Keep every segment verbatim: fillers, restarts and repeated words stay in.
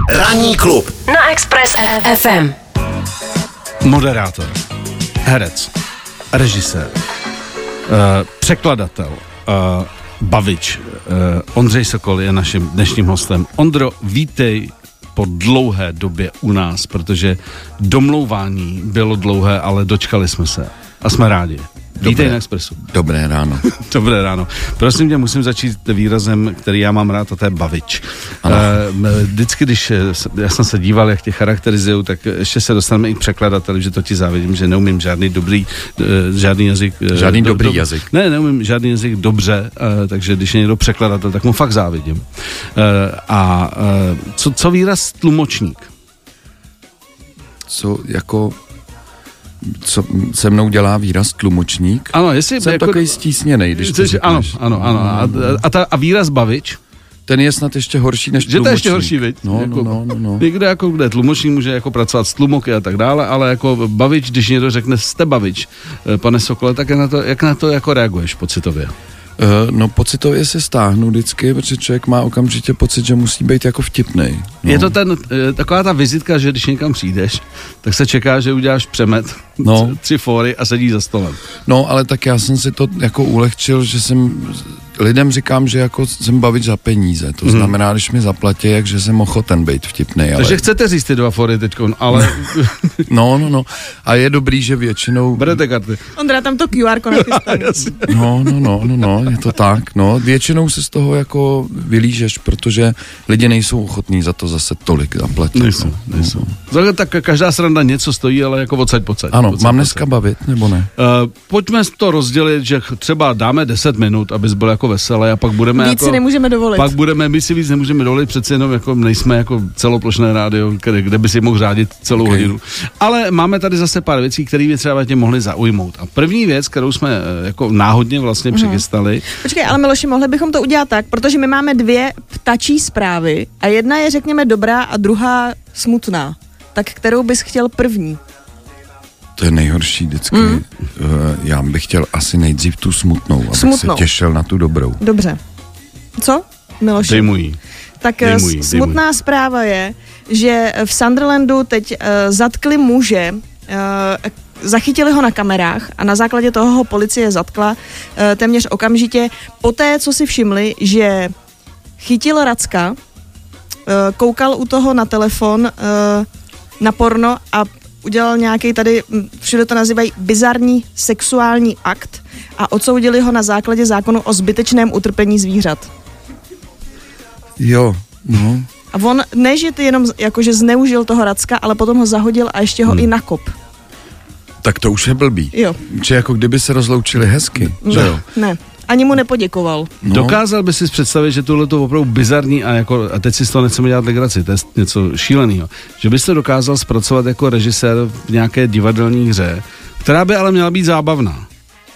Ranní klub na Express ef em. Moderátor, herec, režisér, uh, překladatel, uh, bavič, uh, Ondřej Sokol je naším dnešním hostem. Ondro, vítej po dlouhé době u nás, protože domlouvání bylo dlouhé, ale dočkali jsme se a jsme rádi. Vítej na Expressu. Dobré ráno. Dobré ráno. Prosím tě, musím začít výrazem, který já mám rád, a to je bavič. Uh, vždycky, když já jsem se díval, jak tě charakterizují, tak ještě se dostaneme i k překladateli, že to ti závidím, že neumím žádný dobrý, uh, žádný jazyk. Uh, žádný do, dobrý do, jazyk. Ne, neumím žádný jazyk dobře, uh, takže když je někdo překladatel, tak mu fakt závidím. Uh, a uh, co, co výraz tlumočník? Co jako... Co se mnou dělá výraz tlumočník? Ano, jestli... Jsem jako, takový stísněnej, když to řekneš. Ano, ano, ano. A, a, ta, a výraz bavič? Ten je snad ještě horší než že tlumočník. To je ještě horší, viď? No, jako, no, no, no, no. Někde jako, kde tlumočník může jako pracovat s tlumoky a tak dále, ale jako bavič, když někdo řekne jste bavič, pane Sokole, tak jak na to, jak na to jako reaguješ pocitově? Uh, no pocitově se stáhnu vždycky, protože člověk má okamžitě pocit, že musí být jako vtipnej. No. Je to ten, taková ta vizitka, že když někam přijdeš, tak se čeká, že uděláš přemet, no. tři fóry a sedíš za stolem. No, ale tak já jsem si to jako ulehčil, že jsem, lidem říkám, že jako jsem bavič za peníze, to hmm. znamená, když mi zaplatí, takže jsem ochoten být vtipnej. Ale... Takže chcete říct ty dva fóry teďkon, ale... no, no, no. A je dobrý, že většinou... Berete karty. Ondra, tam to Q R ko nachystaný. no, no, no, no, no, je to tak, no. Většinou se z toho jako vylížeš, protože lidi nejsou ochotní za to zase tolik zaplatit. Nejsou, no. nejsou. No. Tak každá sranda něco stojí, ale jako odsaď pocať. Ano, odsaď, mám dneska bavit, nebo ne? Uh, pojďme to rozdělit, že třeba dáme deset minut, abys byl jako veselý a pak budeme víc jako... si nemůžeme dovolit. Pak budeme, my si víc nemůžeme dovolit, přece jenom jako nejsme jako celoplošné rádio, kde, kde by si mohl řádit celou okay. hodinu. Ale máme tady zase pár věcí, které by třeba tě mohly zaujmout. A první věc, kterou jsme jako náhodně vlastně mm. přichystali. Počkej, ale Miloši, mohli bychom to udělat tak, protože my máme dvě ptačí zprávy a jedna je, řekněme, dobrá a druhá smutná. Tak kterou bys chtěl první? To je nejhorší vždycky. Mm. Já bych chtěl asi nejdřív tu smutnou, abych smutnou. se těšil na tu dobrou. Dobře. Co, Miloši? Dej mu jí. Tak dej mu jí, smutná dej mu jí. Zpráva je, že v Sunderlandu teď uh, zatkli muže, uh, zachytili ho na kamerách a na základě toho ho policie zatkla uh, téměř okamžitě poté, co si všimli, že chytil Racka, uh, koukal u toho na telefon uh, na porno a udělal nějaký tady, všude to nazývají bizarní sexuální akt a odsoudili ho na základě zákonu o zbytečném utrpení zvířat. Jo, no. A on, ne, že ty jenom jakože zneužil toho Racka, ale potom ho zahodil a ještě ho hmm. i nakop. Tak to už je blbý. Jo. Či jako kdyby se rozloučili hezky, ne, že jo? Ne, ani mu nepoděkoval. No. Dokázal by si představit, že tohle to opravdu bizarní a jako, a teď si z toho nechceme dělat legraci, to je něco šíleného, že bys to dokázal zpracovat jako režisér v nějaké divadelní hře, která by ale měla být zábavná.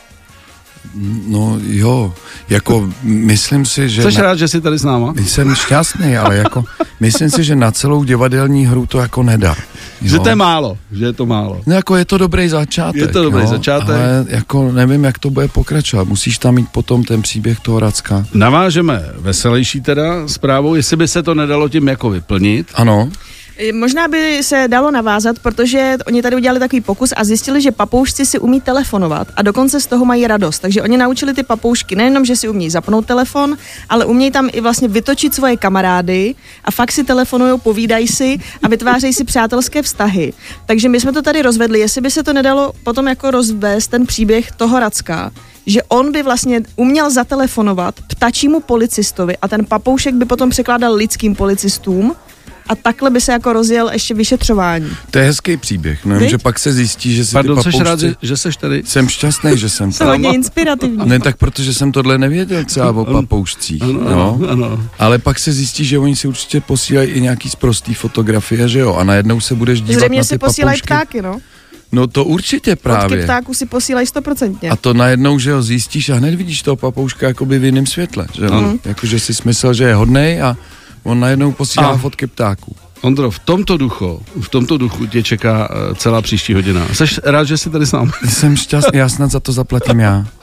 No jo, jako myslím si, že... Jsi na... rád, že jsi tady s náma? Jsem šťastný, ale jako myslím si, že na celou divadelní hru to jako nedá. Jo? Že to je málo, že je to málo. No jako je to dobrý začátek. Je to dobrý jo? začátek. Ale jako nevím, jak to bude pokračovat. Musíš tam mít potom ten příběh toho Racka. Navážeme veselější teda zprávou, jestli by se to nedalo tím jako vyplnit. Ano. Možná by se dalo navázat, protože oni tady udělali takový pokus a zjistili, že papoušci si umí telefonovat a dokonce z toho mají radost. Takže oni naučili ty papoušky nejenom, že si umí zapnout telefon, ale umějí tam i vlastně vytočit svoje kamarády a fakt si telefonujou, povídají si a vytvářejí si přátelské vztahy. Takže my jsme to tady rozvedli, jestli by se to nedalo potom jako rozvést ten příběh toho Racka, že on by vlastně uměl zatelefonovat ptačímu policistovi a ten papoušek by potom překládal lidským policistům. A takhle by se jako rozjel ještě vyšetřování. To je hezký příběh, no, že pak se zjistí, že si Pardon, ty papoušci... Pardon, rád, že, že seš tady? Jsem šťastný, že jsem tady. Hodně inspirativní. Ne, tak protože jsem tohle nevěděl třeba o papoušcích. Ano, no. ano, ano. Ale pak se zjistí, že oni si určitě posílají i nějaký sprostý fotografie, že jo? A najednou se budeš dívat Zřejmě na ty si posílají papoušky. ptáky, no. No to určitě právě. Fotky ptáků si posílají stoprocentně. A to najednou, že ho zjistíš a hned vidíš toho papouška jakoby v jiném světle, že jo? Mm. Jakože si smysl, že je hodnej a on najednou posílá a. fotky ptáků. Ondro, v tomto duchu, v tomto duchu tě čeká celá příští hodina. Jseš rád, že jsi tady s námi? Jsem šťastný, já snad za to zaplatím já.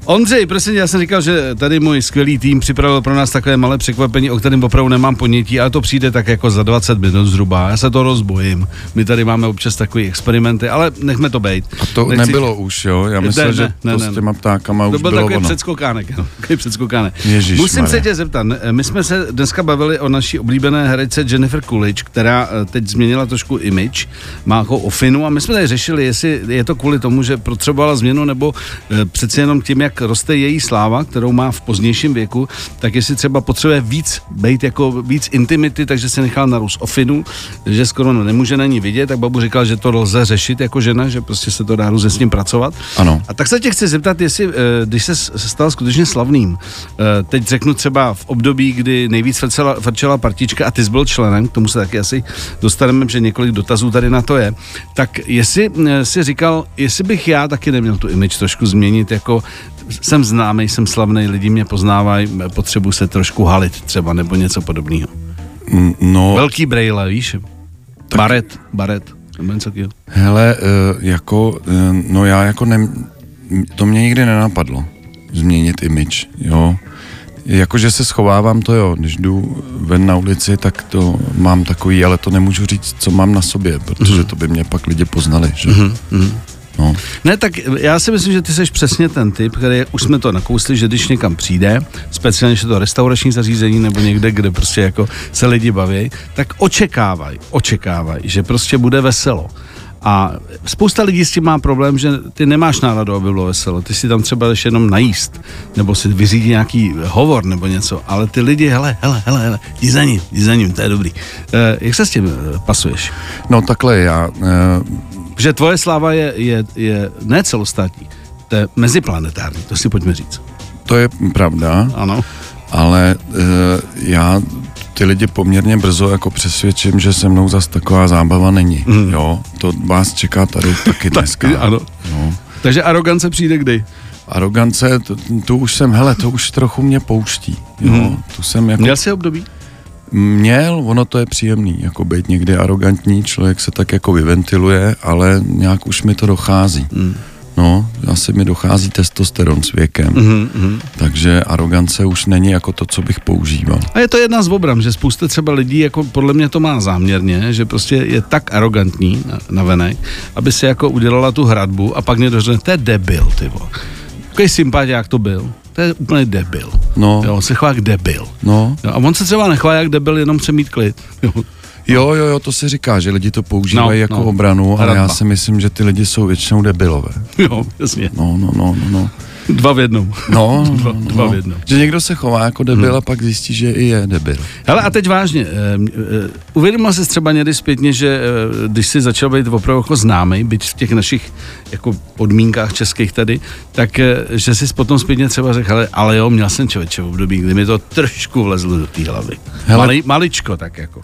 Ondřej, prosím, já jsem říkal, že tady můj skvělý tým připravil pro nás takové malé překvapení, o kterém opravdu nemám ponětí, ale to přijde tak jako za dvacet minut zhruba. Já se to rozbojím. My tady máme občas takové experimenty, ale nechme to bejt. A to Nechci... nebylo už, jo? Já myslel, ne, že ne, to ne, s těma ptákama to už bylo ono. To byl takový předskokánek, no. Takový předskokánek. Ježiš, Musím Maria. se tě zeptat, my jsme se dneska bavili o naší oblíbené herečce Jennifer Coolidge, která teď změnila trošku image, má jako ofinu a my jsme tady řešili, jestli je to kvůli tomu, že potřebovala změnu, nebo přeci jenom tím, jak roste její sláva, kterou má v pozdějším věku, tak jestli třeba potřebuje víc být jako víc intimity, takže se nechal narůst ofinu, že skoro nemůže na ní vidět, tak babu říkal, že to lze řešit jako žena, že prostě se to dá různě s ním pracovat. Ano. A tak se tě chci zeptat, jestli, když se stal skutečně slavným, teď řeknu třeba v období, kdy nejvíc frčela, frčela partička a ty jsi byl členem, k tomu se taky asi dostaneme, že několik dotazů tady na to je, tak jestli si říkal, jestli bych já taky neměl tu image trošku změnit, jako jsem známý, jsem slavný, lidi mě poznávají, potřebuji se trošku halit třeba, nebo něco podobného. No. Velký brejle, víš? Tak... Baret, baret, nebo něco takového. Hele, uh, jako, uh, no já jako ne, to mě nikdy nenapadlo, změnit image, jo. Jakože se schovávám, to jo, když jdu ven na ulici, tak to mám takový, ale to nemůžu říct, co mám na sobě, protože mm-hmm. to by mě pak lidi poznali, že? Mm-hmm. No. Ne, tak já si myslím, že ty jsi přesně ten typ, který už jsme to nakousli, že když někam přijde, speciálně, že to restaurační zařízení nebo někde, kde prostě jako se lidi baví, tak očekávaj, očekávaj, že prostě bude veselo. A spousta lidí s tím má problém, že ty nemáš náladu, aby bylo veselo. Ty si tam třeba jdeš jenom najíst, nebo si vyřídí nějaký hovor nebo něco, ale ty lidi, hele, hele, hele, hele, jdi za ním, jdi za ním, to je dobrý. E, jak se s tím pasuješ? No takhle já... E... Že tvoje sláva je, je, je ne celostátní, to je meziplanetární, to si pojďme říct. To je pravda, ano. Ale e, já ty lidi poměrně brzo jako přesvědčím, že se mnou zas taková zábava není. Mm. Jo, to vás čeká tady taky dneska. Tak, ano. No. Takže arogance přijde kdy? Arogance, to, to už jsem, hele, to už trochu mě pouští. Jo, mm. tu jsem jako... Měl jsi období? Měl, ono to je příjemný, jako být někdy arrogantní, člověk se tak jako vyventiluje, ale nějak už mi to dochází. Mm. No, asi mi dochází testosteron s věkem, mm-hmm. takže arogance už není jako to, co bych používal. A je to jedna z obram, že spousta třeba lidí, jako podle mě to má záměrně, že prostě je tak arrogantní navenek, aby si jako udělala tu hradbu a pak někdo řekne, to je debil, ty vole. Takový sympatiák to byl. To je úplně debil. No. Jo, on se chová jak debil. No. Jo, a on se třeba nechová jak debil, jenom chce mít klid. Jo. Jo, jo, jo, to se říká, že lidi to používají no, jako no. obranu, ale já si myslím, že ty lidi jsou většinou debilové. Jo, jasně. No, no, no, no, no. Dva v jednom. No, dva, no, dva no. v jednom. Že někdo se chová jako debil hmm. a pak zjistí, že i je debil. Hele, a teď vážně, uh, uh, uvědomil jsi třeba někdy zpětně, že uh, když jsi začal být opravdu jako známý, byť v těch našich jako podmínkách českých tady, tak uh, že jsi potom zpětně třeba řekl, hele, ale jo, měl jsem člověče v období, kdy mi to trošku vlezlo do té hlavy. Hele, Mali, maličko tak jako.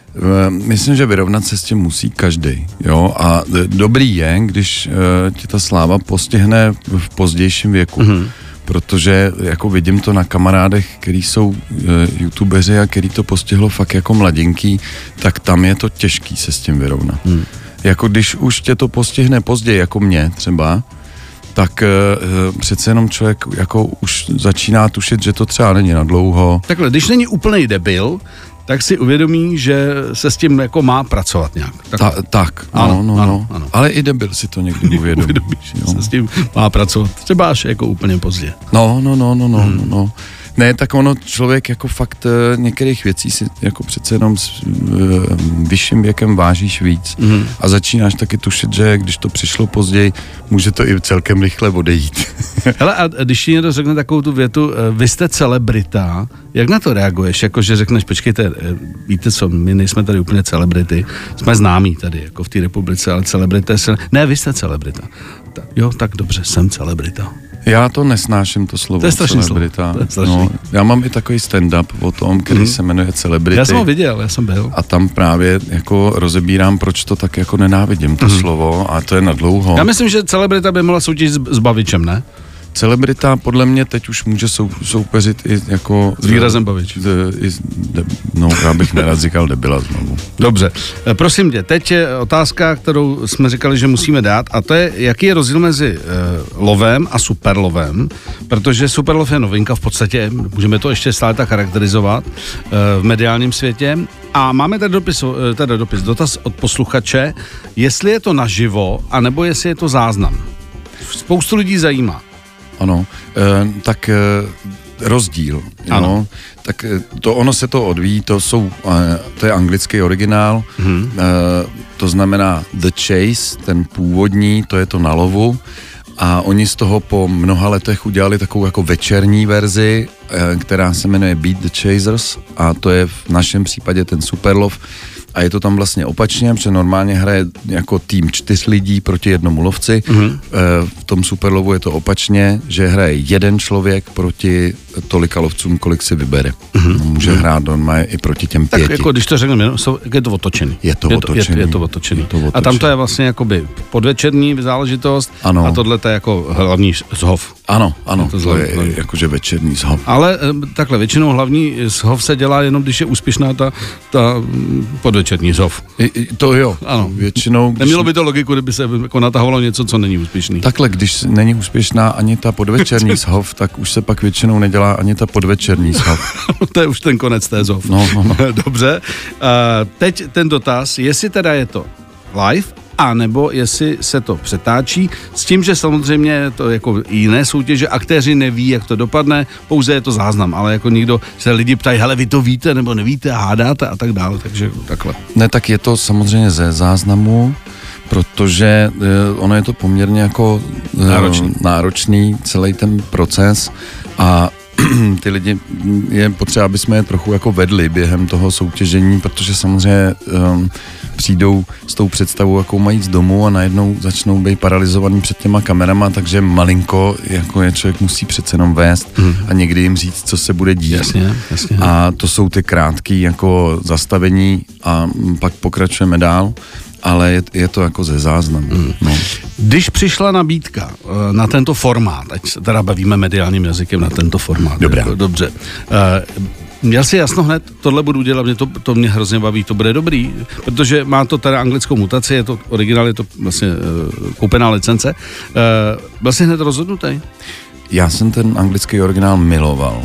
Myslím, že vyrovnat se s tím musí každý, jo, a dobrý je, když uh, ti ta sláva postihne v pozdějším věku, mm-hmm. protože jako vidím to na kamarádech, který jsou uh, youtubeři a který to postihlo fakt jako mladinký, tak tam je to těžký se s tím vyrovnat. Mm. Jako když už tě to postihne později, jako mě třeba, tak uh, přece jenom člověk jako už začíná tušit, že to třeba není na dlouho. Takhle, když není úplnej debil, tak si uvědomí, že se s tím jako má pracovat nějak. Tak, Ta, tak ano, no, no, ano, no. Ano. Ale i debil si to někdy uvědomí. Uvědomí, že se s tím má pracovat. Třeba až jako úplně pozdě. No, no, no, no, no, hmm. no. Ne, tak ono člověk jako fakt některých věcí si jako přece jenom s uh, vyšším věkem vážíš víc mm. a začínáš taky tušit, že když to přišlo později, může to i celkem rychle odejít. Hele, a když ti někdo řekne takovou tu větu, vy jste celebrita, jak na to reaguješ? Jako, že řekneš, počkejte, víte co, my nejsme tady úplně celebrity, jsme známí tady, jako v té republice, ale celebrita je... Ne, vy jste celebrita. Ta, jo, tak dobře, jsem celebrita. Já to nesnáším, to slovo. To je strašný celebrita. slovo. To je no, já mám i takový stand-up o tom, který mm. se jmenuje Celebrity. Já jsem ho viděl, já jsem byl. A tam právě jako rozebírám, proč to tak jako nenávidím, to mm. slovo, a to je na dlouho. Já myslím, že celebrita by mohla soutěžit s, s bavičem, ne? celebrita podle mě teď už může sou, soupeřit i jako... S výrazem bavič. I, de, no, já bych nerad říkal debila znovu. Dobře, prosím tě, teď je otázka, kterou jsme říkali, že musíme dát, a to je, jaký je rozdíl mezi uh, lovem a superlovem, protože superlov je novinka v podstatě, můžeme to ještě stále tak charakterizovat uh, v mediálním světě. A máme tady dopis, tady dopis, dotaz od posluchače, jestli je to naživo, anebo jestli je to záznam. Spoustu lidí zajímá. Ano, e, tak e, rozdíl, ano. Jo? Tak e, to ono se to odvíjí, to jsou, e, to je anglický originál, hmm. e, to znamená The Chase, ten původní, to je to na lovu, a oni z toho po mnoha letech udělali takovou jako večerní verzi, e, která se jmenuje Beat the Chasers, a to je v našem případě ten superlov. A je to tam vlastně opačně, protože normálně hraje jako tým čtyř lidí proti jednomu lovci. Mm-hmm. V tom superlovu je to opačně, že hraje jeden člověk proti tolika lovcům, kolik si vybere. Mm-hmm. Může mm-hmm. hrát normálně i proti těm pěti. Tak jako když to řekneme, je to otočený. Je to, je otočený. To, je, je to otočený. Je to otočený. A tam to je vlastně jakoby podvečerní záležitost, ano. A tohle to je jako hlavní zhov. Ano, ano, to, to je hlavní. Jakože večerní zhov. Ale takhle, většinou hlavní zhov se dělá jenom, když je úspěšná ta, ta podvečerní zhov. I, to jo, ano. Většinou... Když... Nemělo by to logiku, kdyby se jako natahovalo něco, co není úspěšný. Takhle, když není úspěšná ani ta podvečerní zhov, tak už se pak většinou nedělá ani ta podvečerní zhov. To je už ten konec té zhov. No, no, no. Dobře. Uh, teď ten dotaz, jestli teda je to live, a nebo jestli se to přetáčí, s tím, že samozřejmě to jako jiné soutěže, aktéři neví, jak to dopadne, pouze je to záznam, ale jako nikdo se lidi ptají, hele, vy to víte nebo nevíte, hádáte a tak dále, takže takhle. Ne, tak je to samozřejmě ze záznamu, protože uh, ono je to poměrně jako uh, náročný. náročný celý ten proces a ty lidi, je potřeba, aby jsme je trochu jako vedli během toho soutěžení, protože samozřejmě um, přijdou s tou představou, jakou mají z domu, a najednou začnou být paralizovaní před těma kamerama, takže malinko jako je člověk musí přece jenom vést hmm. a někdy jim říct, co se bude dít. Jasně, jasně. A to jsou ty krátké jako zastavení a pak pokračujeme dál. Ale je, je to jako ze záznamu. Mm. No. Když přišla nabídka na tento formát, ať se teda bavíme mediálním jazykem na tento formát. Dobrá. Jako, dobře. Uh, měl si jasno hned, tohle budu dělat, mě to, to mě hrozně baví, to bude dobrý, protože má to teda anglickou mutaci, je to originál, je to vlastně uh, koupená licence. Uh, byl jsi hned rozhodnutý? Já jsem ten anglický originál miloval.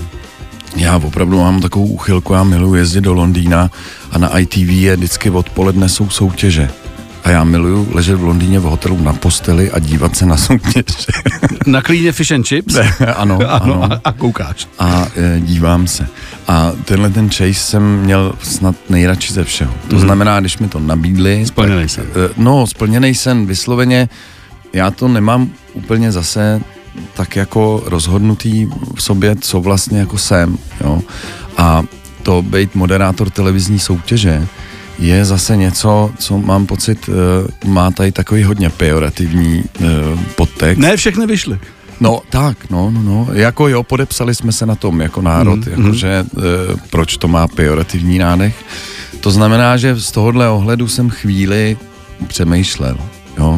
Já opravdu mám takovou úchylku, já miluji jezdit do Londýna a na I T V je vždycky odpoledne jsou soutěže. A já miluju ležet v Londýně v hotelu na posteli a dívat se na soutěže. Na klíně fish and chips? Ne, ano, ano. ano. A, a koukáš. A e, dívám se. A tenhle ten chase jsem měl snad nejradši ze všeho. To mm. znamená, když mi to nabídli... Splněnej sen. E, no, splněnej sen, vysloveně. Já to nemám úplně zase tak jako rozhodnutý v sobě, co vlastně jako jsem, jo. A to být moderátor televizní soutěže je zase něco, co mám pocit, uh, má tady takový hodně pejorativní uh, podtext. Ne, všechny vyšly. No tak, no, no, no, jako jo, podepsali jsme se na tom jako národ, mm, jakože mm. uh, proč to má pejorativní nádech. To znamená, že z tohohle ohledu jsem chvíli přemýšlel, jo,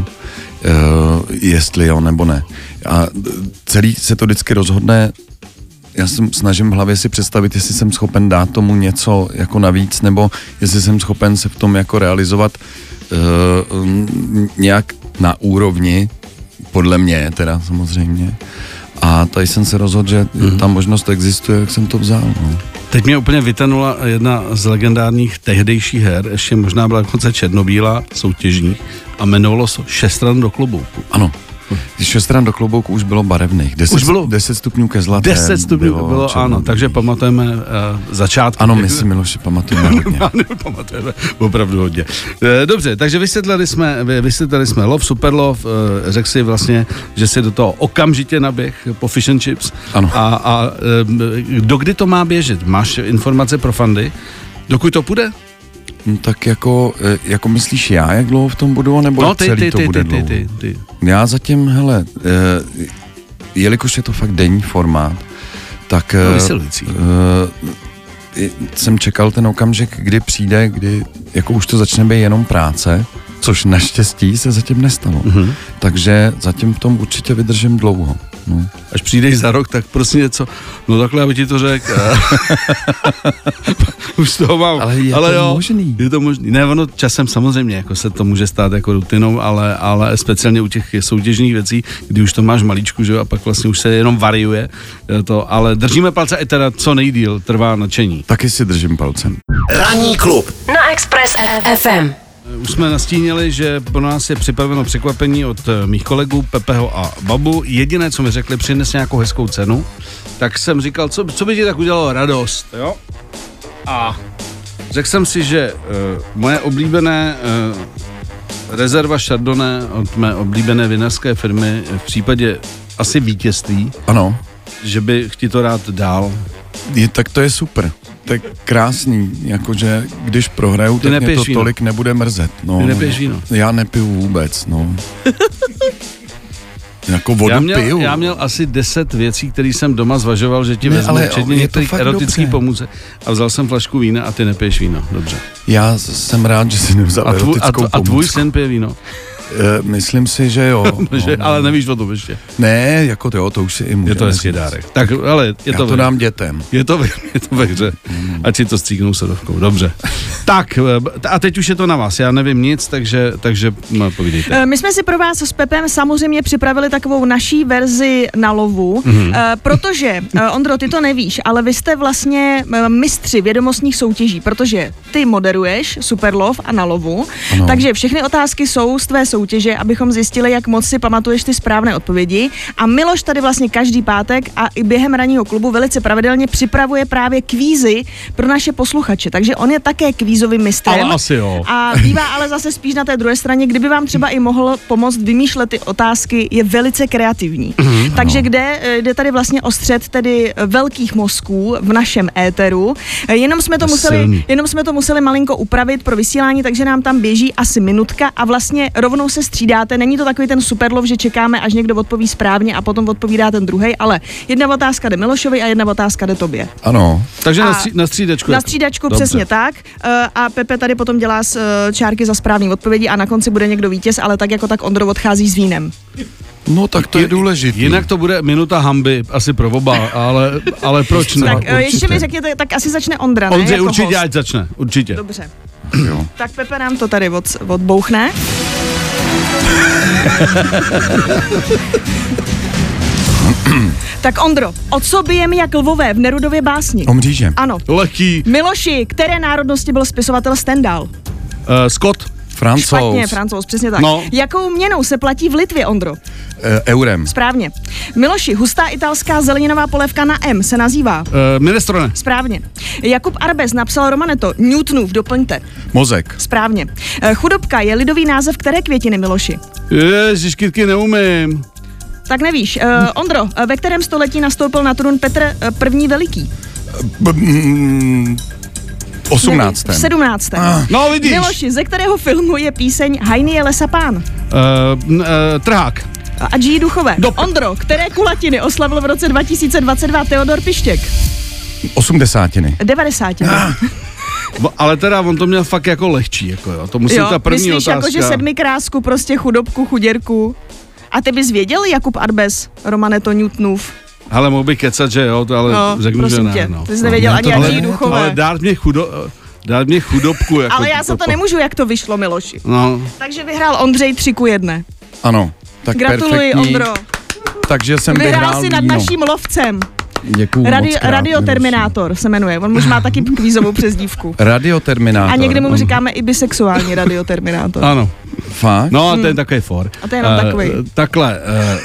uh, jestli jo nebo ne. A celý se to vždycky rozhodne. Já se snažím v hlavě si představit, jestli jsem schopen dát tomu něco jako navíc, nebo jestli jsem schopen se v tom jako realizovat uh, nějak na úrovni, podle mě teda samozřejmě. A tady jsem se rozhodl, že mm. ta možnost existuje, jak jsem to vzal. No. Teď mě úplně vytanula jedna z legendárních tehdejších her, ještě možná byla dokonce černobílá, soutěžních, a jmenovalo se Šest ran do klobouku. Ano. Šest ran do klobouku už bylo barevných. Deset, už bylo deset stupňů ke zlaté. Deset stupňů bylo, bylo ano, takže pamatujeme uh, začátky. Ano, my si, Miloši, pamatujeme hodně. pamatujeme opravdu hodně. E, dobře, takže vysvětlili jsme, vysvětlili jsme lov, superlov, e, řekl si vlastně, že si do toho okamžitě naběh po fish and chips. Ano. A, a e, dokdy to má běžet? Máš informace pro fandy? Dokud to půjde? No, tak jako, jako myslíš já, jak dlouho v tom budu, nebo no, ty, celý ty, to ty, bude ty, dlouho? Ty, ty, ty. Já zatím, hele, eh, jelikož je to fakt denní formát, tak no, eh, jsem čekal ten okamžik, kdy přijde, kdy jako už to začne být jenom práce, což naštěstí se zatím nestalo. Mm-hmm. Takže zatím v tom určitě vydržím dlouho. No. Až přijdeš za rok, tak prostě něco, no takhle, aby ti to řekl. Už toho mám. Ale je ale to jo, možný. Je to možný. Ne, ono časem samozřejmě, jako se to může stát jako rutinou, ale, ale speciálně u těch soutěžních věcí, kdy už to máš malíčku, že jo, a pak vlastně už se jenom variuje to, ale držíme palce, i teda co nejdýl trvá nadšení. Taky si držím palcem. Ranní klub na Express F M. Už jsme nastínili, že pro nás je připraveno překvapení od mých kolegů Pepeho a Babu. Jediné, co mi řekli, přines nějakou hezkou cenu, tak jsem říkal, co, co by ti tak udělalo radost, jo? A řekl jsem si, že uh, moje oblíbené uh, rezerva Chardonnay od mé oblíbené vinařské firmy v případě asi vítězství, Ano, že bych ti to rád dal. je, tak to je super. To je krásný, jakože když prohraju, Ty tak mě to víno. tolik nebude mrzet. No, Ty no, nepiješ no. víno. Já nepiju vůbec, no. Jako vodu Já měl, piju. já měl asi deset věcí, které jsem doma zvažoval, že ti Ne, vezmu, ale včetně je to některých fakt erotických dobře. pomůcek. A vzal jsem flašku vína a ty nepiješ víno. Dobře. Já jsem rád, že si nevzal A, tvůj, a, erotickou tv, a tvůj pomůcku. syn pije víno. E, myslím si, že jo. No, že, no. ale nevíš o tom ještě. Ne, jako to jo, to už si i můžeme Je to hezký říct. dárek. Tak, ale je Já to, to ve- dám dětem. je to, ve- je to ve hře. Ať si to stříknou sodovkou. Dobře. Tak, a teď už je to na vás. Já nevím nic, takže, takže no, povídejte. Eh, My jsme si pro vás s Pepem samozřejmě připravili takovou naší verzi na lovu, mm-hmm. protože, eh, Ondro, ty to nevíš, ale vy jste vlastně eh, mistři vědomostních soutěží, protože ty moderuješ Superlov a na lovu, Ano. takže všechny otázky jsou z tvé soutěže, abychom zjistili, jak moc si pamatuješ ty správné odpovědi. A Miloš tady vlastně každý pátek a i během ranního klubu velice pravidelně připravuje právě kvízy pro naše posluchače, takže on je také kvízovým mistrem. Ale asi jo. A bývá ale zase spíš na té druhé straně, kdyby vám třeba i mohl pomoct vymýšlet ty otázky, je velice kreativní. Mm-hmm, Takže kde jde tady vlastně o střed tedy velkých mozků v našem éteru. Jenom jsme to To museli, silný. jenom jsme to museli malinko upravit pro vysílání, takže nám tam běží asi minutka a vlastně rovnou se střídáte. Není to takový ten Superlov, že čekáme, až někdo odpoví správně a potom odpovídá ten druhej, ale jedna otázka jde Milošovi a jedna otázka jde tobě. Ano. Takže na, a- stří, na střídečku. Na jako. střídačku Dobře. přesně tak. Eh, A Pepe tady potom dělá z, eh, čárky za správný odpovědi a na konci bude někdo vítěz, ale tak jako tak Ondro odchází s vínem. No tak to je důležitý. Jinak to bude minuta hanby, asi pro oba, ale, ale proč ne? Tak eh, ještě určitě. mi řekněte, tak asi začne Ondra, ne? Ondřej, Jako určitě, host. ať začne. Určitě. Dobře. Jo. Tak Pepe nám to tady od, odbouchne. Tak Ondro, o co bijem jak lvové v Nerudově básni? O mříže. Ano. Lehký. Miloši, které národnosti byl spisovatel Stendhal? Uh, Scott. Francouz. Špatně, Francouz, přesně tak. No. Jakou měnou se platí v Litvě, Ondro? E, eurem. Správně. Miloši, hustá italská zeleninová polévka na M se nazývá? Uh, minestrone. Správně. Jakub Arbes napsal romaneto Newtonův, doplňte. Mozek. Správně. Eh, Chudobka je lidový název které květiny, Miloši? Ježiš, kytky neumím. Tak nevíš. Uh, Ondro, eh, ve kterém století nastoupil na trůn Petr eh, první veliký? B- mm, osmnáctém. Nevíš. V sedmnáctém. Ah. No vidíš. Miloši, ze kterého filmu je píseň Hajný je lesa pán? Uh, uh, trhák. A G. Duchové. Do- Ondro, které kulatiny oslavil v roce dva tisíce dvacet dva Teodor Pištěk? Osmdesátiny. devadesát. Ah. Bo- Ale teda on to měl fakt jako lehčí, jako jo. To musím Jo, ta první myslíš otázka. jako, že sedmi krásku, prostě chudobku, chuděrku. A ty bys věděl, Jakub Arbes, Romaneto Newtonův? Ale mohl bych kecat, že jo, to ale No, řeknu, že prosím ne. tě, No. ty jsi nevěděl No, ani to- ani ale- Duchové. Ale dát mě, chudo, dát mě chudobku. Jako Ale já se to nemůžu, jak to vyšlo, Miloši. No, Takže vyhrál Ondřej tři ku jedné. Ano. Tak Gratuluji, perfektní. Ondro. Takže jsem Vyhrál vyhrál si nad víno. naším lovcem. Děkuju Radio, moc krát, Radioterminátor se jmenuje. On už má taky kvízovou přezdívku. Miloši. Radioterminátor. A někdy mu říkáme i bisexuální radioterminátor. ano. Fakt? No a to je takový for. A to je jenom Eh, takovej. Takhle. eh,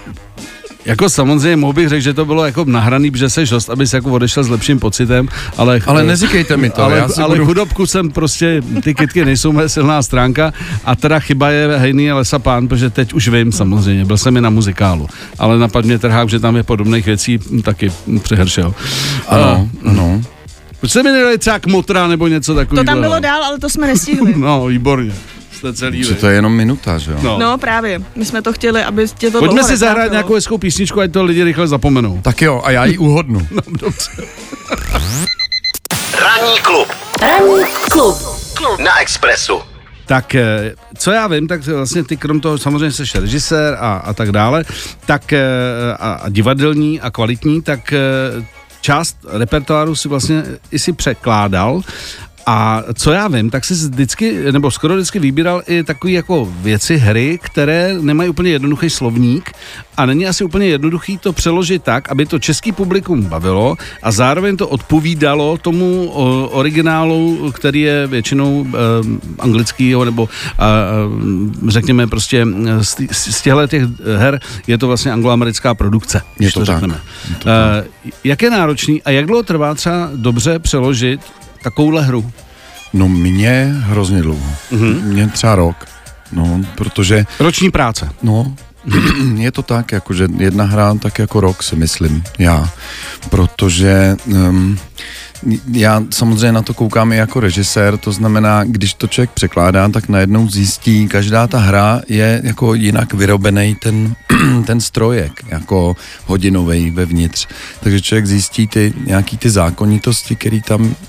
Jako samozřejmě mohl bych řekl, že to bylo jako nahraný, že seš host, aby se jako odešel s lepším pocitem, ale... Ale neříkejte mi to, ale, já si ale budu... chudobku jsem prostě, ty kytky nejsou moje silná stránka a teda chyba je Hejný lesa pán, protože teď už vím samozřejmě, byl jsem i na muzikálu, ale napadl mě trhák, že tam je podobných věcí taky přehršel. Ano, Eh, ano. Proč se mi nedali třeba kmotra nebo něco takového? To tam bylo dál, ale to jsme nestihli. No, výborně. Jste celý, Že vy. to je jenom minuta, že jo? No. No právě, my jsme to chtěli, aby tě to Pojďme dlouho si zahrát netrápilo. nějakou hezkou písničku, ať to lidi rychle zapomenou. Tak jo, a já ji uhodnu. No, dobře. Ranní klub. Ranní klub. Na Expressu. Tak co já vím, tak vlastně ty krom toho samozřejmě jsi režisér a, a tak dále, tak a, a divadelní a kvalitní, tak část repertoáru si vlastně i si překládal. A co já vím, tak jsi vždycky, nebo skoro vždycky vybíral i takové jako věci, hry, které nemají úplně jednoduchý slovník a není asi úplně jednoduchý to přeložit tak, aby to český publikum bavilo a zároveň to odpovídalo tomu o, originálu, který je většinou eh, anglického nebo eh, řekněme prostě z, z těchto těch her je to vlastně angloamerická produkce. Je to, to tak. Je to tak. Eh, jak je náročný a jak dlouho trvá třeba dobře přeložit takovouhle hru? No mě hrozně dlouho. Mm-hmm. Mě třeba rok. No, protože... Roční práce. No, je to tak, jakože jedna hra tak jako rok si myslím, já. Protože um, já samozřejmě na to koukám i jako režisér, to znamená, když to člověk překládá, tak najednou zjistí, každá ta hra je jako jinak vyrobený ten, ten strojek, jako hodinovej vevnitř. Takže člověk zjistí ty nějaký ty zákonitosti, které tam uh,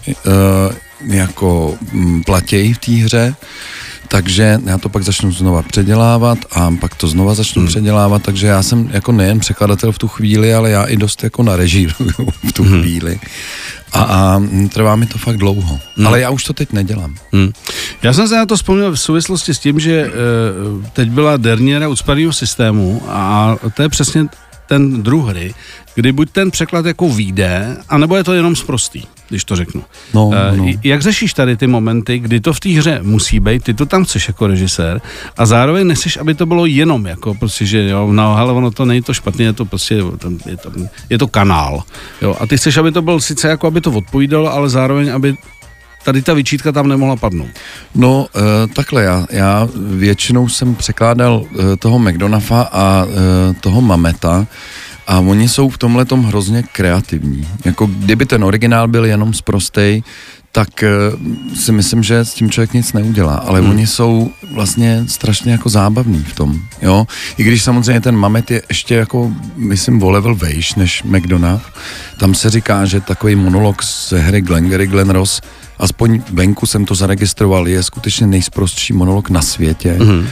jako um, platějí v té hře. Takže já to pak začnu znova předělávat a pak to znova začnu hmm. předělávat, takže já jsem jako nejen překladatel v tu chvíli, ale já i dost jako narežíruju v tu hmm. chvíli. A, a trvá mi to fakt dlouho. Hmm. Ale já už to teď nedělám. Hmm. Já jsem se na to vzpomněl v souvislosti s tím, že e, teď byla derniéra ucpaného systému a to je přesně ten druh hry, kdy buď ten překlad jako vyjde, anebo je to jenom sprostý, když to řeknu. No, no. E, jak řešíš tady ty momenty, kdy to v té hře musí být, ty to tam chceš jako režisér a zároveň nechceš, aby to bylo jenom jako prostě, že jo, no, ale ono to není to špatně, je to prostě, je to, je to kanál, jo, a ty chceš, aby to bylo sice jako, aby to odpovídalo, ale zároveň, aby tady ta vyčítka tam nemohla padnout. No, e, takhle, já, já většinou jsem překládal e, toho McDonaffa a e, toho Mameta a oni jsou v tomhletom hrozně kreativní. Jako kdyby ten originál byl jenom sprostej, tak e, si myslím, že s tím člověk nic neudělá, ale hmm. oni jsou vlastně strašně jako zábavní v tom, jo. I když samozřejmě ten Mamet je ještě jako, myslím, o level vejš než McDonaff, tam se říká, že takový monolog z hry Glengarry Glen Ross, aspoň venku jsem to zaregistroval, je skutečně nejsprostší monolog na světě. Mm-hmm.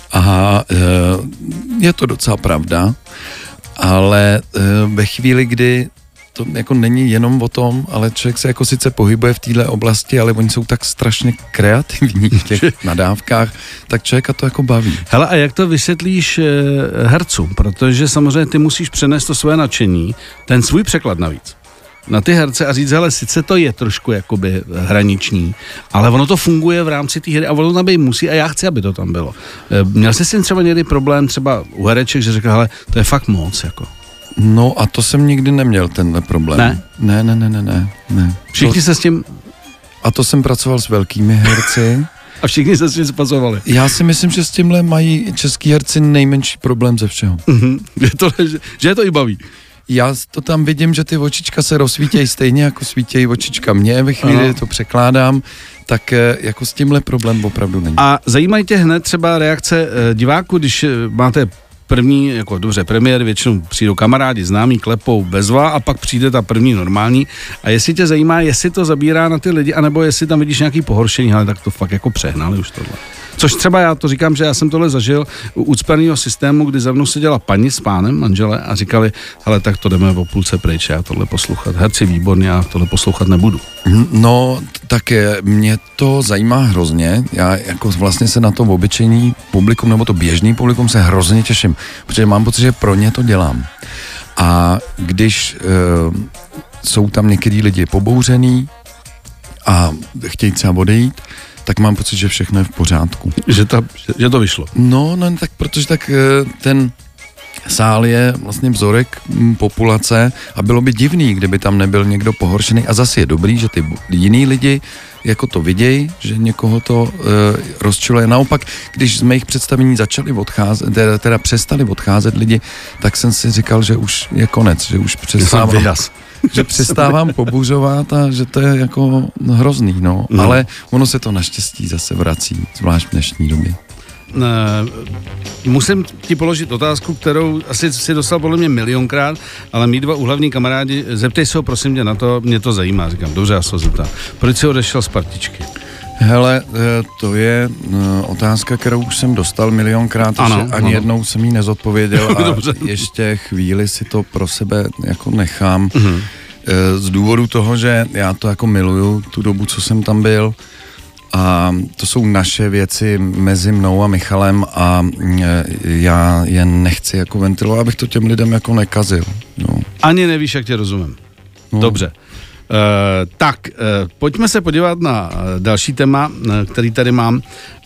A e, je to docela pravda, ale e, ve chvíli, kdy to jako není jenom o tom, ale člověk se jako sice pohybuje v téhle oblasti, ale oni jsou tak strašně kreativní v těch nadávkách, tak člověka to jako baví. Hele, a jak to vysvětlíš e, hercům? Protože samozřejmě ty musíš přenést to své nadšení, ten svůj překlad navíc na ty herce a říct, hele, sice to je trošku jakoby hraniční, ale ono to funguje v rámci té hry a ono tam být musí a já chci, aby to tam bylo. Měl jsi s tím třeba někdy problém třeba u hereček, že řekl, hele, to je fakt moc, jako. No a to jsem nikdy neměl tenhle problém. Ne? Ne, ne, ne, ne, ne. ne. Všichni to... se s tím... A to jsem pracoval s velkými herci. A všichni se s tím spasovali. Já si myslím, že s tímhle mají český herci nejmenší problém ze všeho. Mm-hmm. Že, to, že, že je to i baví. Já to tam vidím, že ty očička se rozsvítějí stejně, jako svítějí očička mě ve chvíli, ano. To překládám, tak jako s tímhle problém opravdu není. A zajímají tě hned třeba reakce diváků, když máte první, jako dobře, premiér, většinou přijdou kamarádi, známí, klepou, bezva a pak přijde ta první normální. A jestli tě zajímá, jestli to zabírá na ty lidi, anebo jestli tam vidíš nějaký pohoršení, ale tak to fakt jako přehnali už tohle. Což třeba já to říkám, že já jsem tohle zažil u ucpaného systému, kdy za mnou seděla paní s pánem, manžele, a říkali, hele, tak to jdeme o půlce pryč, já tohle poslouchat. Herci výborně, já tohle poslouchat nebudu. No, tak mě to zajímá hrozně. Já jako vlastně se na to obyčejný publikum, nebo to běžný publikum se hrozně těším, protože mám pocit, že pro ně to dělám. A když e, jsou tam některý lidi pobouřený a chtějí třeba odejít, tak mám pocit, že všechno je v pořádku. Že to, že to vyšlo. No, no, tak protože tak ten sál je vlastně vzorek populace a bylo by divný, kdyby tam nebyl někdo pohoršený a zase je dobrý, že ty jiný lidi jako to vidějí, že někoho to e, rozčiluje. Naopak, když z mých představení začali odcházet, teda, teda přestali odcházet lidi, tak jsem si říkal, že už je konec, že už přestávám, že přestávám pobuřovat a že to je jako hrozný, no. no. Ale ono se to naštěstí zase vrací, zvlášť v dnešní době. Musím ti položit otázku, kterou asi si dostal podle mě milionkrát, ale mý dva úhlavní kamarádi, zeptej se ho prosím tě na to, mě to zajímá, říkám, dobře, já se ho zeptám. Proč jsi odešel z partičky? Hele, to je otázka, kterou už jsem dostal milionkrát, ano, ani ano. jednou jsem jí nezodpověděl a Dobře. ještě chvíli si to pro sebe jako nechám. Mhm. Z důvodu toho, že já to jako miluju, tu dobu, co jsem tam byl, a to jsou naše věci mezi mnou a Michalem a já je nechci jako ventilovat, abych to těm lidem jako nekazil. No. Ani nevíš, jak tě rozumím. No. Dobře. Uh, tak, uh, pojďme se podívat na uh, další téma, uh, který tady mám. Uh,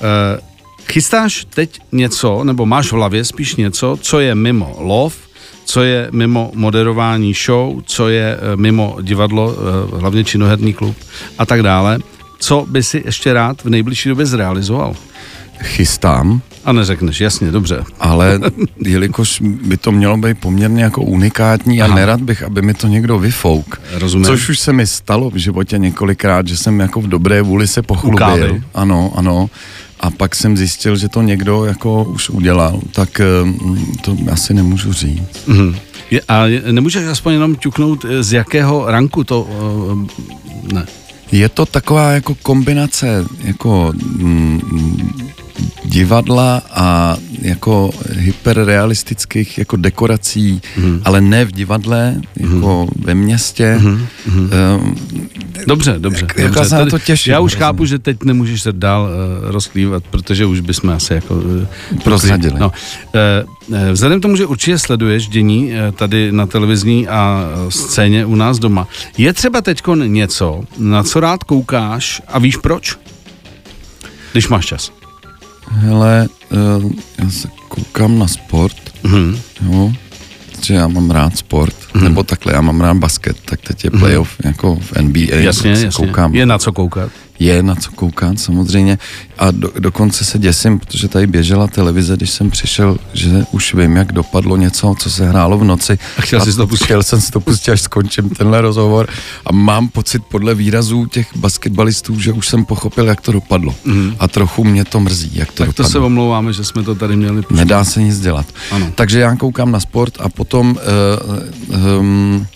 chystáš teď něco, nebo máš v hlavě spíš něco, co je mimo lov, co je mimo moderování show, co je uh, mimo divadlo, uh, hlavně činoherní klub a tak dále. Co by si ještě rád v nejbližší době zrealizoval? Chystám. A neřekneš, jasně, dobře. Ale jelikož by to mělo být poměrně jako unikátní a Aha. nerad bych, aby mi to někdo vyfouk. Rozumím. Což už se mi stalo v životě několikrát, že jsem jako v dobré vůli se pochlubil. Ukávej. Ano, ano. A pak jsem zjistil, že to někdo jako už udělal. Tak to asi nemůžu říct. Mhm. Je, a je, nemůžeš aspoň jenom ťuknout, z jakého ranku to... Uh, ne. Je to taková jako kombinace jako mm, divadla a jako hyperrealistických jako dekorací, mm. ale ne v divadle, jako mm. ve městě. Mm. Um, Dobře, dobře. Jak, dobře. Já se na to těším. Já už hrozně. chápu, že teď nemůžeš se dál uh, rozklívat, protože už bychom asi jako... Uh, Prozradili. No, uh, uh, vzhledem k tomu, že určitě sleduješ dění uh, tady na televizní a uh, scéně u nás doma, je třeba teďko něco, na co rád koukáš a víš proč? Když máš čas. Hele, uh, já se koukám na sport, Mhm. jo, že já mám rád sport, Mhm. nebo takhle, já mám rád basket, tak teď je playoff jako v N B A, Jasně, tak se jasně. koukám. Je na co koukat. Je na co koukat, samozřejmě. A do, dokonce se děsím, protože tady běžela televize, když jsem přišel, že už vím, jak dopadlo něco, co se hrálo v noci. A chtěl jsi to pustit? Chtěl jsem si to pustit, až skončím tenhle rozhovor. A mám pocit podle výrazů těch basketbalistů, že už jsem pochopil, jak to dopadlo. Mhm. A trochu mě to mrzí, jak to Tak to dopadlo. se omlouváme, že jsme to tady měli pustit. Nedá se nic dělat. Ano. Takže já koukám na sport a potom uh, um,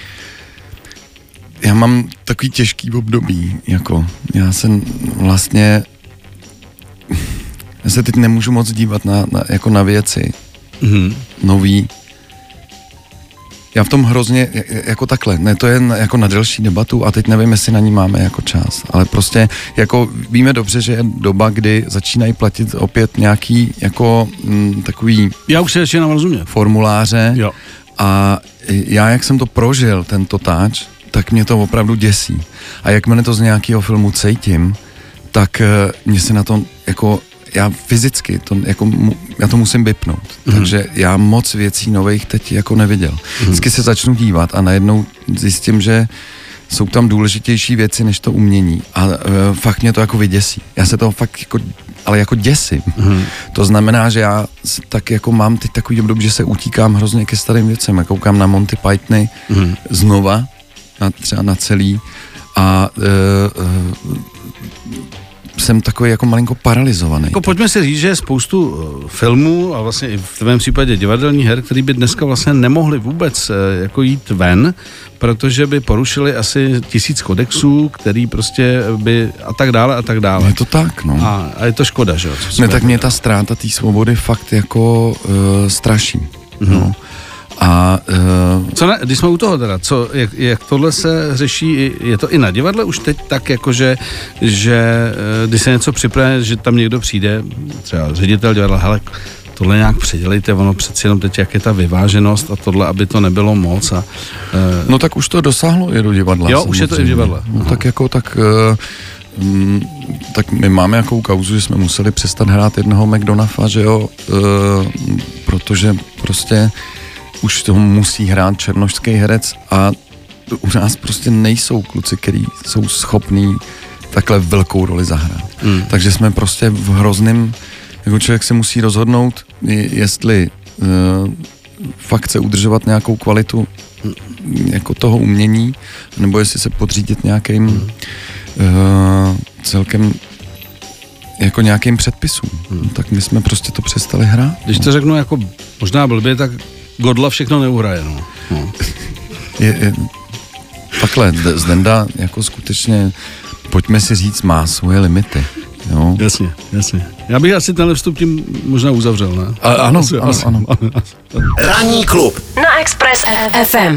já mám takový těžký období, jako já jsem vlastně já se teď nemůžu moc dívat na, na, jako na věci Mhm. nový. Já v tom hrozně, jako takhle, ne, to je na, jako na delší debatu a teď nevím, jestli na ní máme jako čas, ale prostě jako víme dobře, že je doba, kdy začínají platit opět nějaký jako m, takový Já už se ještě nám rozumět. formuláře Jo. a já, jak jsem to prožil, ten totáč, tak mě to opravdu děsí. A jakmile to z nějakého filmu cítím, tak uh, mě se na to jako, já fyzicky, to, jako, mu, já to musím vypnout. Mhm. Takže já moc věcí nových teď jako neviděl. Mhm. Vždycky se začnu dívat a najednou zjistím, že jsou tam důležitější věci než to umění. A uh, fakt mě to jako vyděsí. Já se toho fakt jako, ale jako děsím. Mhm. To znamená, že já s- tak jako mám teď takový období, že se utíkám hrozně ke starým věcem. Já koukám na Monty Pythony Mhm. znova, na, třeba na celý a uh, uh, jsem takový jako malinko paralizovaný. Jako pojďme si říct, že je spoustu uh, filmů a vlastně i v tvém případě divadelních her, který by dneska vlastně nemohli vůbec uh, jako jít ven, protože by porušili asi tisíc kodexů, který prostě by a tak dále a tak dále. Je to tak, no. A, a je to škoda, že jo? co Ne, jsme- tak mě ta ztráta té svobody fakt jako uh, straší. Mhm. No. A uh, Co ne, když jsme u toho teda, co, jak, jak tohle se řeší, je to i na divadle už teď tak, jakože, že eh, když se něco připraví, že tam někdo přijde, třeba ředitel divadla, hele, tohle nějak předělejte, ono přeci jenom teď, jak je ta vyváženost a tohle, aby to nebylo moc a... Eh, no tak už to dosáhlo i do divadla. Jo, už je to i v samozřejmě. divadle. No, Aha. tak jako tak... Uh, mm, tak my máme jakou kauzu, že jsme museli přestat hrát jednoho McDonaffa, že jo, uh, protože prostě už toho musí hrát černošský herec a u nás prostě nejsou kluci, který jsou schopní takhle velkou roli zahrát. Mm. Takže jsme prostě v hrozném, jako člověk se musí rozhodnout, je- jestli uh, fakt chce udržovat nějakou kvalitu jako toho umění, nebo jestli se podřídit nějakým uh, celkem jako nějakým předpisům. No, tak my jsme prostě to přestali hrát. Když to řeknu jako možná blbě, tak Godla všechno neuhraje, no. no. Je, je, takhle, D- Zdenda jako skutečně pojďme si říct, má svoje limity. Jo. Jasně, jasně. Já bych asi tenhle vstup tím možná uzavřel, ne? A, ano, asi, ano, asi, ano, ano. Ranní klub na Express F M.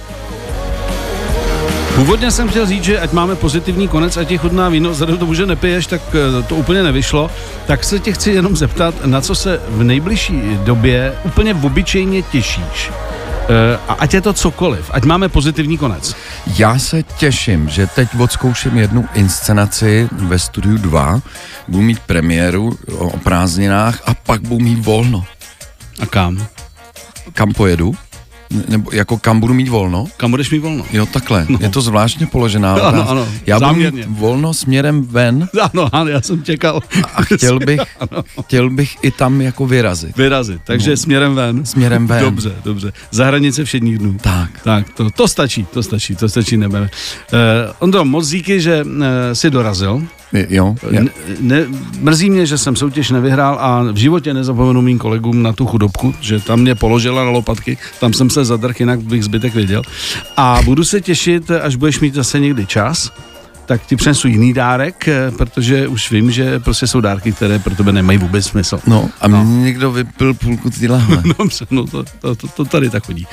Původně jsem chtěl říct, že ať máme pozitivní konec, ať je chutná víno, vzhledem k tomu, že nepiješ, tak to úplně nevyšlo. Tak se tě chci jenom zeptat, na co se v nejbližší době úplně obyčejně těšíš. A ať je to cokoliv, ať máme pozitivní konec. Já se těším, že teď odzkouším jednu inscenaci ve Studiu dva, budu mít premiéru o prázdninách a pak budu mít volno. A kam? Kam pojedu? Nebo jako kam budu mít volno? Kam budeš mít volno? Jo, takhle. No. Je to zvláštně položená. Ano, ano. Já budu Záměrně. mít volno směrem ven. Ano, ano, já jsem čekal. A chtěl bych, chtěl bych i tam jako vyrazit. Vyrazit, takže no. směrem ven. Směrem ven. Dobře, dobře. Za hranice všedních dnů. Tak. Tak, to, to stačí, to stačí, to stačí, nebeme. Uh, Ondro, moc díky, že uh, jsi dorazil. Jo. Ne, ne, mrzí mě, že jsem soutěž nevyhrál a v životě nezapomenu mým kolegům na tu chudobku, že tam mě položila na lopatky, tam jsem se zadrh, jinak bych zbytek věděl. A budu se těšit, až budeš mít zase někdy čas, tak ti přinesu jiný dárek, protože už vím, že prostě jsou dárky, které pro tebe nemají vůbec smysl. No a no. mě někdo vypil půlku té lahve. Dobře, no to, to, to, to tady tak chodí.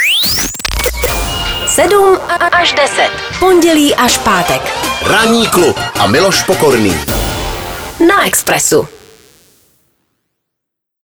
sedm až deset. Pondělí až pátek. Ranní klub a Miloš Pokorný. Na Expressu.